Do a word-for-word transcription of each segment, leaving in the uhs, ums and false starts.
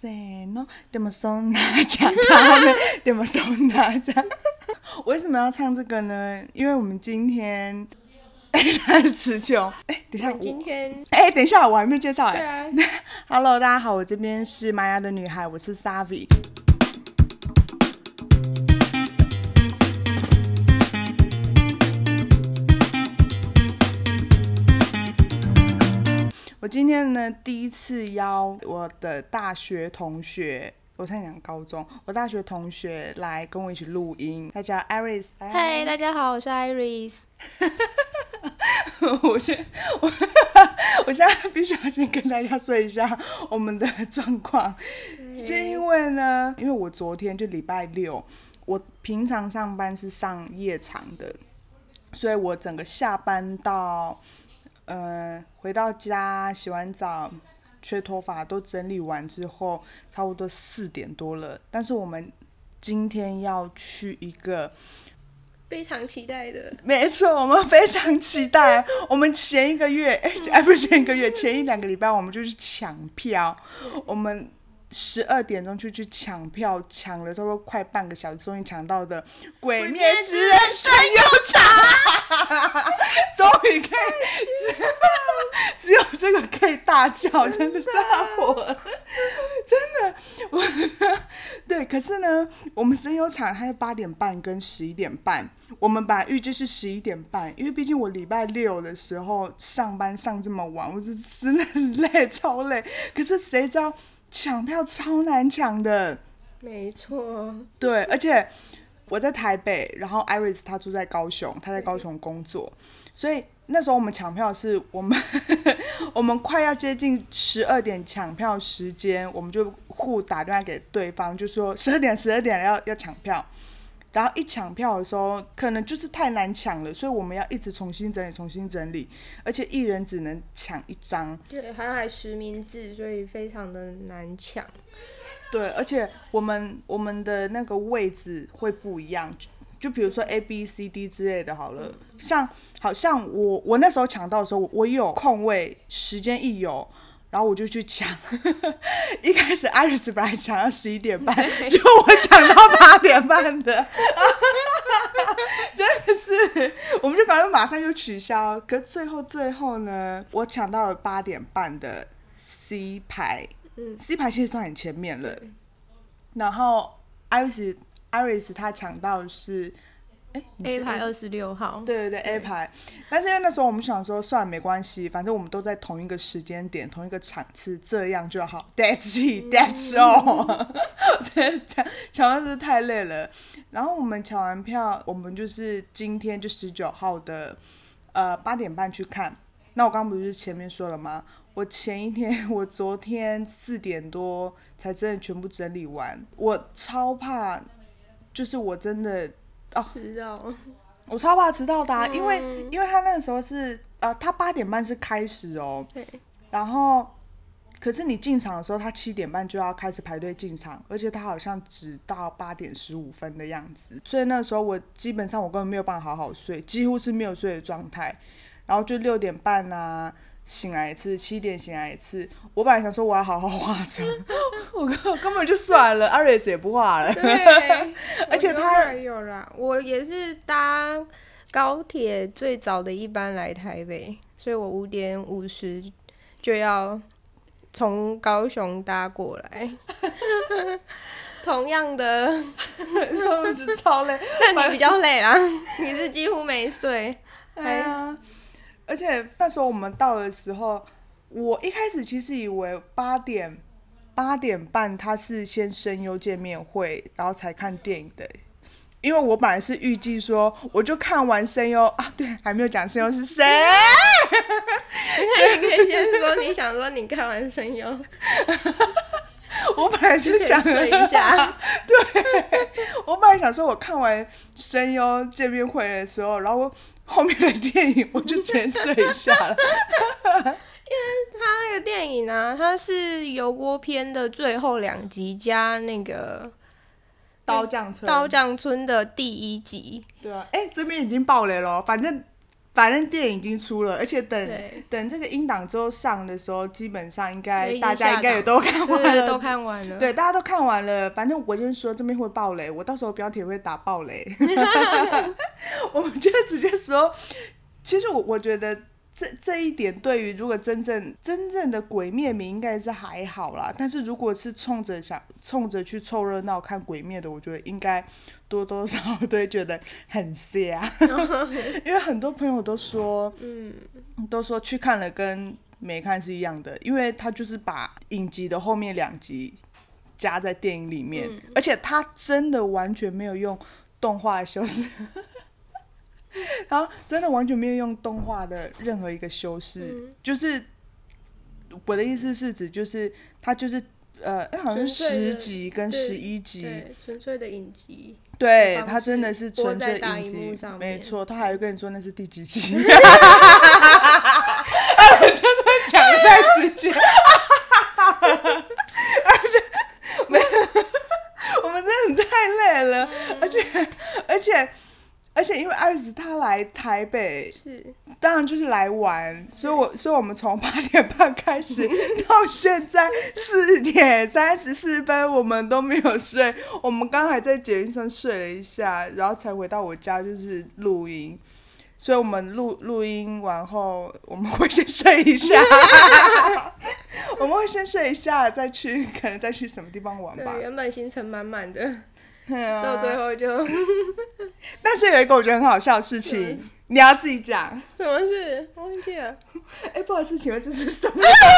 せーのでもそんなじゃダメでもそんなじゃ为什么要唱这个呢？因为我们今天他是词穷。哎，等一下， 我今天哎，等一下，我还没介绍哎。 对啊 Hello， 大家好，我这边是玛雅的女孩，我是 Savi。我今天呢，第一次邀我的大学同学。我才讲高中，我大学同学来跟我一起录音，他叫 Iris。 嗨，大家好，我是 Iris。 我先我我现在必须要先跟大家说一下我们的状况，是因为呢，因为我昨天就礼拜六，我平常上班是上夜场的，所以我整个下班到呃回到家洗完澡。吹头发都整理完之后，差不多四点多了。但是我们今天要去一个非常期待的， 没错，我们非常期待。我们前一个月，哎、欸，不是前一个月，前一两个礼拜，我们就去抢票。我们十二点钟就去抢票，抢了差不多快半个小时，终于抢到的《鬼灭之刃》声优场，终于可以。只有这个可以大叫，真的吓我了，真的，我对。可是呢，我们声优场它是八点半跟十一点半，我们本来预计是十一点半，因为毕竟我礼拜六的时候上班上这么晚，我是真的很累，超累。可是谁知道抢票超难抢的， 没错， 对，而且我在台北，然后 Iris 她住在高雄，她在高雄工作，所以。那时候我们抢票是我们我们快要接近十二点抢票时间，我们就互打电话给对方，就说十二点十二点要要抢票。然后一抢票的时候，可能就是太难抢了，所以我们要一直重新整理重新整理，而且一人只能抢一张。 对，还有还实名制，所以非常的难抢。 对，而且我们我们的那个位置会不一样。就比如说 A B C D 之类的好了，像好像我我那时候抢到的时候，我我有空位，时间一有，然后我就去抢。一开始 Iris 本来抢到十一点半，结果我抢到八点半的，真的是，我们就赶快马上就取消。可最后最后呢，我抢到了八点半的 C 排，嗯，C 排其实算很前面了，然后 Iris。Iris 他抢到的是，欸、你是 A 排二十六号， 对对对 A 排，但是因为那时候我们想说，算了没关系，反正我们都在同一个时间点、同一个场次，这样就好。That's it, that's all 抢抢到是太累了。然后我们抢完票，我们就是今天就十九号的呃八点半去看。那我刚刚不是前面说了吗？我前一天，我昨天四点多才真的全部整理完，我超怕。就是我真的哦， 迟到， 我超怕迟到的、啊嗯，因为因为他那个时候是呃，他八点半是开始哦，对，然后可是你进场的时候，他七点半就要开始排队进场，而且他好像只到八点十五分的样子，所以那个时候我基本上我根本没有办法好好睡，几乎是没有睡的状态，然后就六点半啊。醒来一次，七点醒来一次。我本来想说我要好好化妆，我根本就算了 ，Iris 也不化了。 对， 而且他有啦，我也是搭高铁最早的一班来台北，所以我五点五十就要从高雄搭过来。同样的， 我是超累， 但你比较累啦，你是几乎没睡。 哎呀。而且那时候我们到的时候，我一开始其实以为八点八点半他是先声优见面会，然后才看电影的，因为我本来是预计说，我就看完声优啊，对，还没有讲声优是谁。 你可以先说，你想说你看完声优。 我本来是想睡一下， 对，我本来想说，我看完声优见面会的时候，然后后面的电影我就直接睡一下了。 因为他那个电影啊，它是油锅篇的最后两集加那个刀匠村刀匠村的第一集。 对啊，哎、欸，这边已经爆雷了，反正反正电影已经出了，而且等等这个音档之后上的时候，基本上应该大家应该也都看完了， 对对，都看完了， 对，大家都看完了。反正我先说这边会爆雷，我到时候标题会打爆雷。我们就直接说，其实我我觉得这这一点对于如果真正真正的鬼灭迷应该是还好啦，但是如果是冲着想冲着去凑热闹看鬼灭的，我觉得应该多多少少都会觉得很瞎。因为很多朋友都说，嗯，都说去看了跟没看是一样的，因为他就是把影集的后面两集加在电影里面，嗯、而且他真的完全没有用动画的修饰。然后真的完全没有用动画的任何一个修饰、嗯、就是我的意思是指就是它就是呃好像是十集跟十一集， 对，纯粹的影集， 对，它真的是纯粹影集，没错，他还会跟你说那是第几集。我真的讲得太直接。而且没有，我们真的太累了，嗯、而且而且而且因为艾斯他来台北是当然就是来玩，所以我所以我们从八点半开始到现在四点三十四分我们都没有睡，我们刚才在捷运上睡了一下，然后才回到我家就是录音，所以我们录录音完后我们会先睡一下。我们会先睡一下再去可能再去什么地方玩吧。 对，原本行程满满的到最后就但是有一个我觉得很好笑的事情你要自己讲。 什么事？我忘记了。 哎、欸，不好意思，请问这是什么？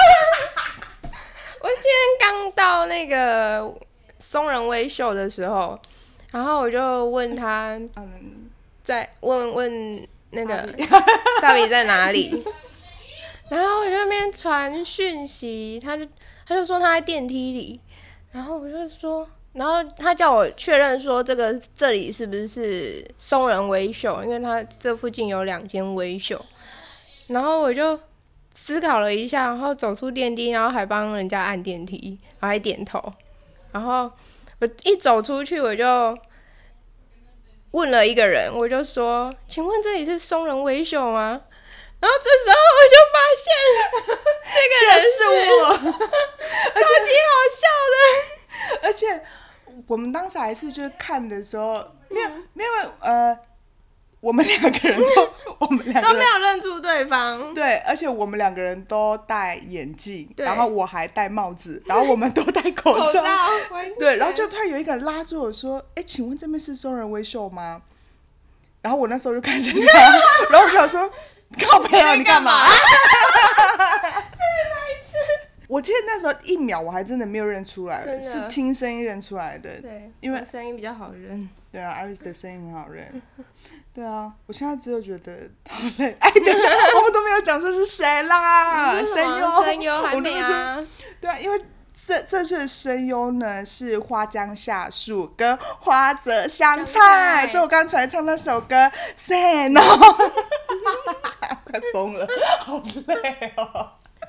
我今天刚到那个松仁威秀的时候，然后我就问他在问问那个萨比在哪里，然后我就在那边传讯息，他就他就说他在电梯里，然后我就说。然后他叫我确认说这个这里是不是松仁威秀，因为他这附近有两间威秀。然后我就思考了一下，然后走出电梯，然后还帮人家按电梯，然后还点头。然后我一走出去，我就问了一个人，我就说：“请问这里是松仁威秀吗？”然后这时候我就发现这个人是我，超级好笑的， 而且。我们当时还是就是看的时候，没有没有呃，我们两个人都我们两个人都没有认出对方， 对，而且我们两个人都戴眼镜，然后我还戴帽子，然后我们都戴口罩， 口罩对，然后就突然有一个人拉住我说：“哎、欸，请问这边是松仁威秀吗？”然后我那时候就看着他，然后我就想说：“靠北啊，你干嘛？”我记得那时候一秒我还真的没有认出来，是听声音认出来的。 对， 因为声音比较好认。 对啊，艾瑞斯的声音很好认。对啊，我现在只有觉得好累。哎，等一下，我们都没有讲说是谁啦，声优， 声优还没啊。 对啊，因为这这次的声优呢是花江夏树跟花泽香菜，所以我刚才唱那首歌《Say No》，快疯了，好累哦。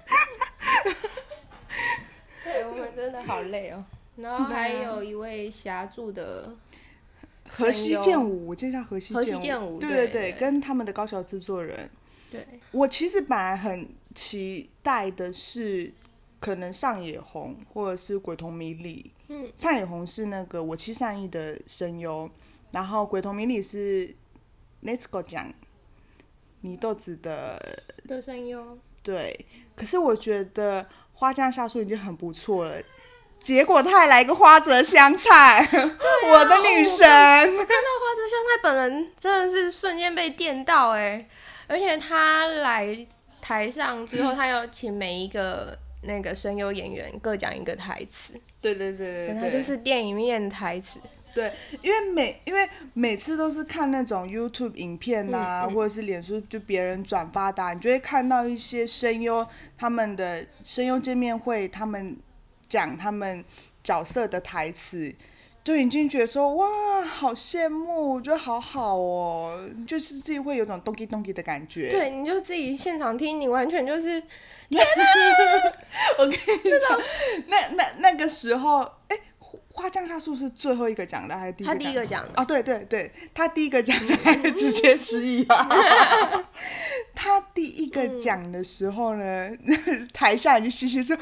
对，我们真的好累哦。然后还有一位协助的河西健武，我介绍河西河西健武， 对对 对, 对，跟他们的高桥制作人。 对， 我其实本来很期待的是，可能上野弘或者是鬼童迷里。嗯，上野弘是那个我妻善逸的声优，然后鬼童迷里是 Netsuko 讲祢豆子的的声优。 对，可是我觉得花江夏树已经很不错了，结果他还来一个花泽香菜，啊、我的女神！ 我看到花泽香菜本人真的是瞬间被电到哎、欸，而且他来台上之后，他有请每一个那个声优演员各讲一个台词。 对对对对对， 他就是电影面的台词。 对，因为每因为每次都是看那种 YouTube 影片啊，嗯嗯、或者是脸书就别人转发的、啊，你就会看到一些声优他们的声优见面会，他们讲他们角色的台词，就已经觉得说哇，好羡慕，我觉得好好哦，就是自己会有种咚叽咚叽的感觉。 对，你就自己现场听，你完全就是天哪！ 我跟你讲，那那那个时候，哎。花花江夏树是最后一个讲的还是第一个讲的？ 他第一个讲的啊，对对对，他第一个讲的还直接失忆啊。他第一个讲的时候呢，嗯、台下人就嘻嘻说，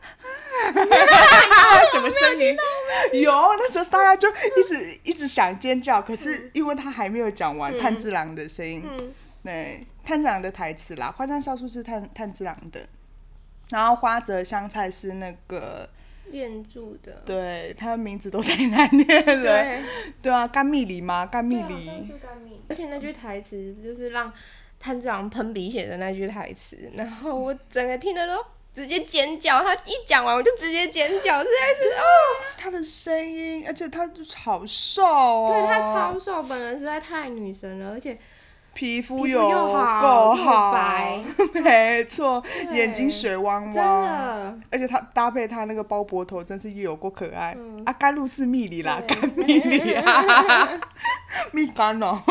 什么声音？有，那时候大家就一直一直想尖叫，可是因为他还没有讲完、嗯、炭治郎的声音，嗯、对，炭治郎的台词啦，花江夏树是炭炭治郎的，然后花泽香菜是那个。 练住的， 对，他的名字都太难念了。对，对啊，甘蜜梨吗？甘蜜梨， 是甘蜜。而且那句台词就是让炭治郎喷鼻血的那句台词，然后我整个听的都直接尖叫。他一讲完我就直接尖叫，实在是哦。 他的声音，而且他就是好瘦哦。 对，他超瘦，本人实在太女神了，而且。 皮肤有够好， 白没错，眼睛水汪汪， 真的， 而且他搭配他那个包脖头，真是也有够可爱、嗯、啊！甘露寺蜜梨啦，甘蜜梨啊，蜜柑哦，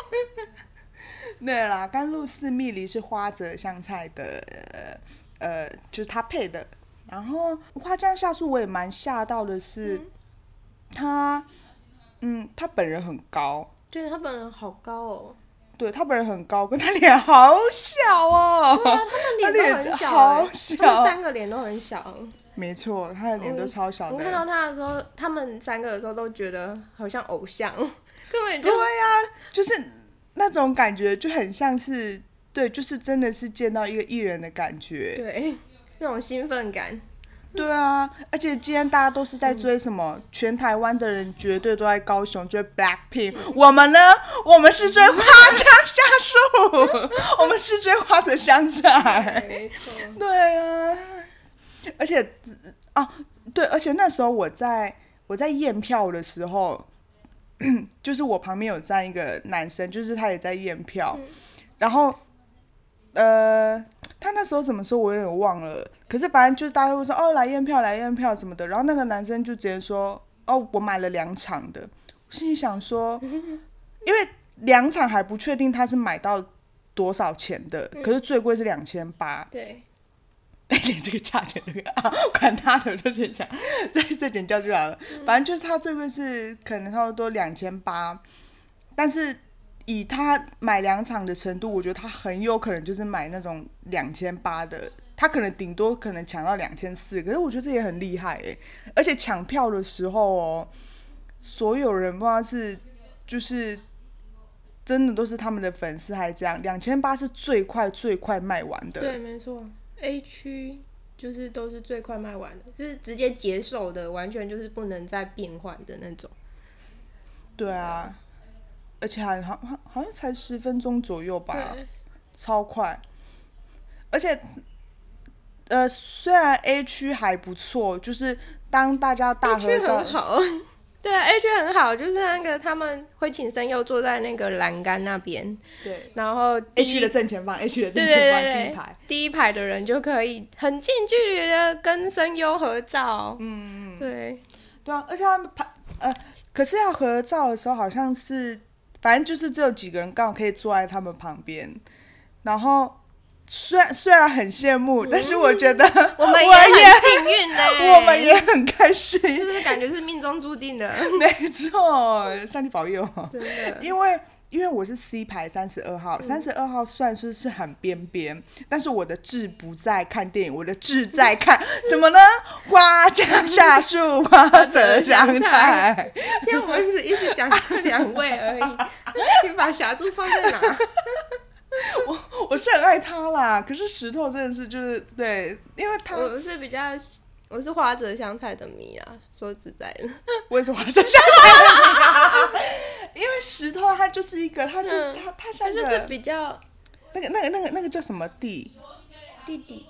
对啦，甘露寺蜜梨是花泽香菜的，呃，就是他配的。然后花江夏树我也蛮吓到的是，嗯、他，嗯，他本人很高， 对他本人好高哦。 对他本人很高，跟他脸好小哦。 对啊，他们脸都很小、欸， 好小， 他们三个脸都很小。 没错，他的脸都超小的。 我看到他的时候，他们三个的时候都觉得好像偶像，根本就对呀、啊，就是那种感觉，就很像是对，就是真的是见到一个艺人的感觉。 对，那种兴奋感。 对啊，而且今天大家都是在追什么？嗯、全台湾的人绝对都在高雄追 Blackpink，、嗯、我们呢？我们是追花江夏树，我们是追花泽香菜。 没错。 对啊，而且啊，对，而且那时候我在我在验票的时候，就是我旁边有站一个男生，就是他也在验票，嗯、然后呃。他那时候怎么说我有点忘了，可是反正就是大家会说哦来验票来验票什么的，然后那个男生就直接说哦我买了两场的，我心里想说，因为两场还不确定他是买到多少钱的，嗯、可是最贵是两千八， 对， 连这个价钱都啊管他的，就先讲再再减掉就好了，嗯、反正就是他最贵是可能差不多两千八，但是。以他买两场的程度，我觉得他很有可能就是买那种两千八的，他可能顶多可能抢到两千四，可是我觉得这也很厉害哎！而且抢票的时候哦，所有人不知道是就是真的都是他们的粉丝还是这样，两千八是最快最快卖完的。 对，没错 ，A 区就是都是最快卖完的，就是直接结售的，完全就是不能再变换的那种。 对啊。而且还好好像才十分钟左右吧，超快。而且，呃，虽然 A 区还不错，就是当大家大合照 ，A 区很好，对啊 ，A 区很好，就是那个他们会请声优坐在那个栏杆那边， 对， 然后 A 区的正前方 ，A 区的正前方第一排， 第一排的人就可以很近距离的跟声优合照， 嗯， 对， 对啊，而且他们排呃，可是要合照的时候好像是。反正就是只有几个人刚好可以坐在他们旁边，然后虽然虽然很羡慕，嗯、但是我觉得我们也很幸运呢， 我们也很开心， 就是感觉是命中注定的。 没错，上帝保佑。 真的， 因为因为我是 C 排三十二号，三十二号算是是很边边，但是我的志不在看电影，我的志在看什么呢？花江夏树、花泽香菜。 因为我们只一直讲这两位而已，你把霞柱放在哪？ 我我是很爱他啦，可是石头真的是就是对，因为他我是比较我是花泽香菜的迷啊，说实在的， 我也是花泽香菜的迷啊，因为石头他就是一个，他就、嗯、他他像个他就是比较那个那个那个那个叫什么弟弟弟。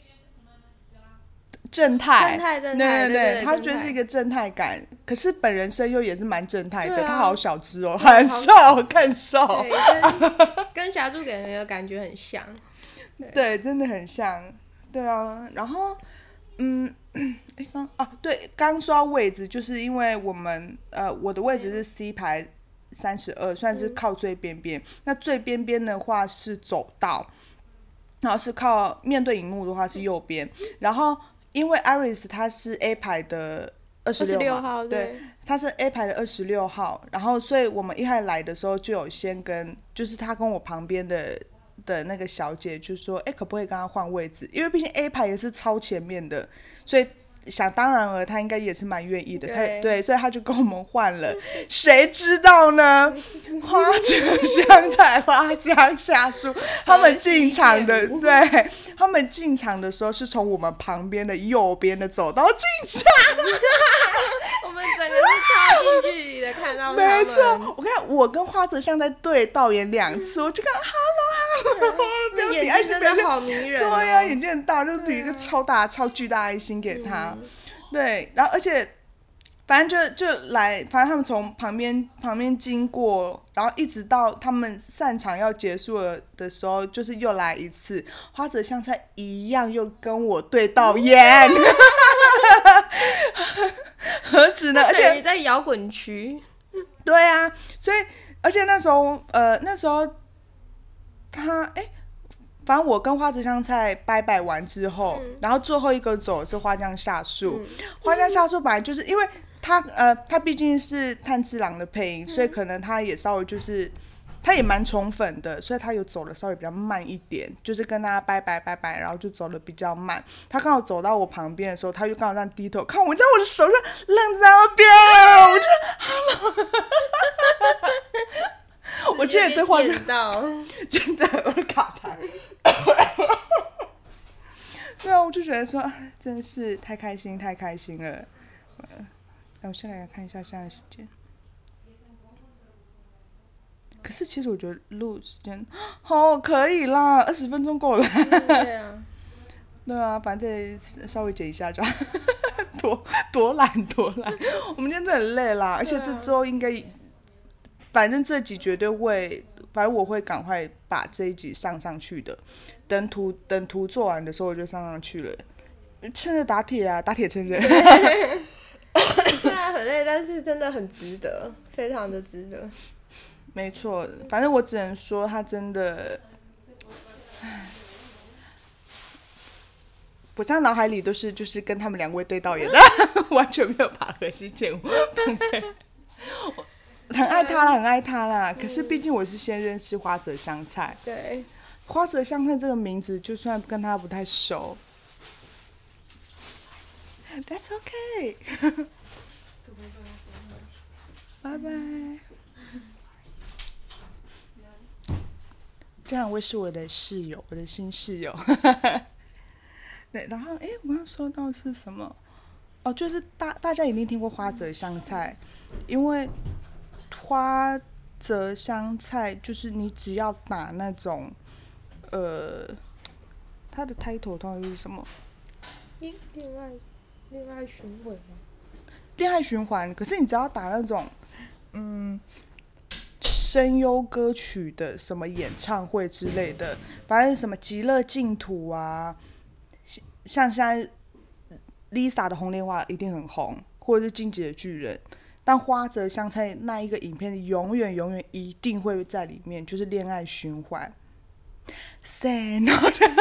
正太， 正太，正太， 对对对，他就是一个正太感，可是本人声优也是蛮正太的，啊、他好小只哦，很瘦，更瘦， 跟跟霞柱给人的感觉很像， 对，对真的很像，对啊，然后嗯，哎刚啊对，刚说到位置，就是因为我们呃我的位置是 C 排三十二，算是靠最边边，嗯、那最边边的话是走道，然后是靠面对荧幕的话是右边，然后。因为 Iris 他是 A 排的二十六号， 对，他是 A 排的二十六号，然后所以我们一开始来的时候就有先跟，就是他跟我旁边的的那个小姐就说，哎，可不可以跟他换位置？因为毕竟 A 排也是超前面的，所以想当然了，他应该也是蛮愿意的， 对对，所以他就跟我们换了。谁知道呢？花泽香菜、花江夏树，他们进场的，对，他们进场的时候是从我们旁边的右边的走道进场。 我们整个是超近距离的看到他们。 没错，我看我跟花泽香在对到眼两次，我就看 hello hello， 眼睛真的好迷人、哦。 对呀、啊，眼睛很大，就比一个超大、超巨大的爱心给他。嗯、对，然后而且反正就就来，反正他们从旁边旁边经过，然后一直到他们散场要结束了的时候，就是又来一次，花泽香菜一样又跟我对到眼。何止呢？而且在摇滚区。 对啊，所以而且那时候呃那时候他哎、欸，反正我跟花泽香菜拜拜完之后、嗯，然后最后一个走的是花江夏树。嗯、花江夏树本来就是因为他呃他毕竟是炭治郎的配音、嗯，所以可能他也稍微就是他也蛮宠粉的，所以他有走的稍微比较慢一点，就是跟他拜拜拜拜，然后就走的比较慢。他刚好走到我旁边的时候，他就刚好这样低头看我，在我的手上愣在那边，我就 hello。我记得对话真的我的卡牌。对啊，我就觉得说真是太开心太开心了。呃，我先来看一下现在时间。可是其实我觉得录时间哦可以啦，二十分钟够了。 对啊， 对啊，反正稍微剪一下就好。多多懒多懒，我们今天真的很累啦，而且这之后应该，反正这集绝对会，反正我会赶快把这一集上上去的。等图等图做完的时候我就上上去了，趁热打铁啊，打铁趁热。 虽然很累，但是真的很值得，非常的值得。 没错，反正我只能说他真的，我现在脑海里都是就是跟他们两位对到眼的，完全没有把核心节目放在。很爱他啦，很爱他啦。可是毕竟我是先认识花泽香菜， 对， 花泽香菜这个名字，就算跟他不太熟 ，That's okay 。拜拜。这两位是我的室友，我的新室友。对，然后哎，我刚刚说到是什么？哦，就是大大家一定听过花泽香菜，因为花泽香菜就是你只要打那种，呃，它的 title 到底是什么？ 恋爱恋爱循环吗？ 恋爱循环，可是你只要打那种，嗯。声优歌曲的什么演唱会之类的，反正什么极乐净土啊，像现在 Lisa 的红莲华一定很红，或者是进击的巨人，但花泽香菜那一个影片永远永远一定会在里面，就是恋爱循环。Say no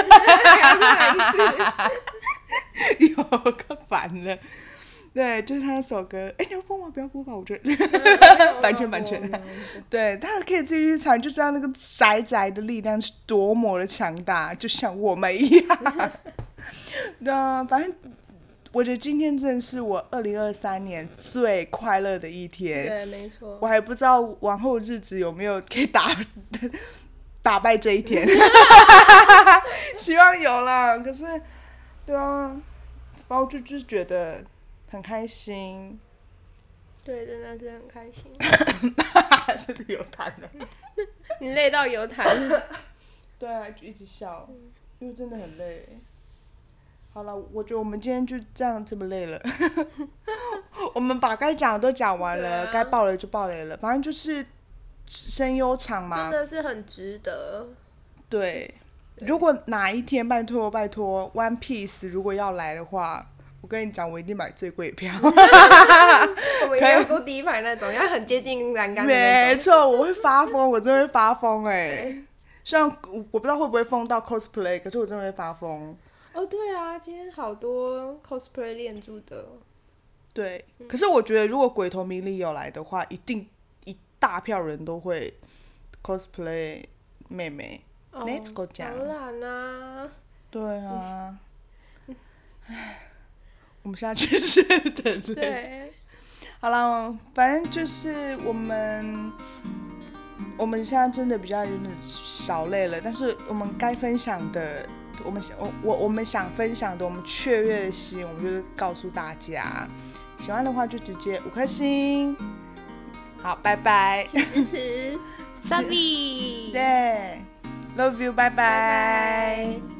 有个烦了。对，就是他那首歌，哎，你要播吗？不要播吧，我觉得版权版权。对，他可以自己去唱，就知道那个宅宅的力量是多么的强大，就像我们一样。对啊，反正我觉得今天真的是我二零二三年最快乐的一天。 对，没错。 我还不知道往后日子有没有可以打打败这一天，希望有啦。可是，对啊，然后就就是觉得。很开心， 对，真的是很开心。 真的有痰了， 你累到有痰。 对啊，就一直笑，因为真的很累。好了，我觉得我们今天就这样这么累了。我们把该讲的都讲完了，该、啊、爆雷就爆雷了，反正就是声优场嘛， 真的是很值得。 对，对如果哪一天拜托拜托 One Piece 如果要来的话。我跟你讲，我一定买最贵的票。 我们一定要坐第一排那种，要很接近栏杆的那种。 没错，我会发疯，我真的会发疯哎、欸！虽然我不知道会不会疯到 cosplay， 可是我真的会发疯。 哦，对啊，今天好多 cosplay 练住的。 对，可是我觉得如果鬼头明里有来的话，一定一大票人都会 cosplay 妹妹。ねつこちゃん。 当然啦。 对啊。我们现在确实很累。 对。 好了，反正就是我们，我们现在真的比较有点少累了，但是我们该分享的，我们我我我们想分享的，我们雀跃的心，我们就是告诉大家，喜欢的话就直接五颗星。好，拜拜。 支持 ，Sabi。 对 ，Love you， 拜拜。 拜拜。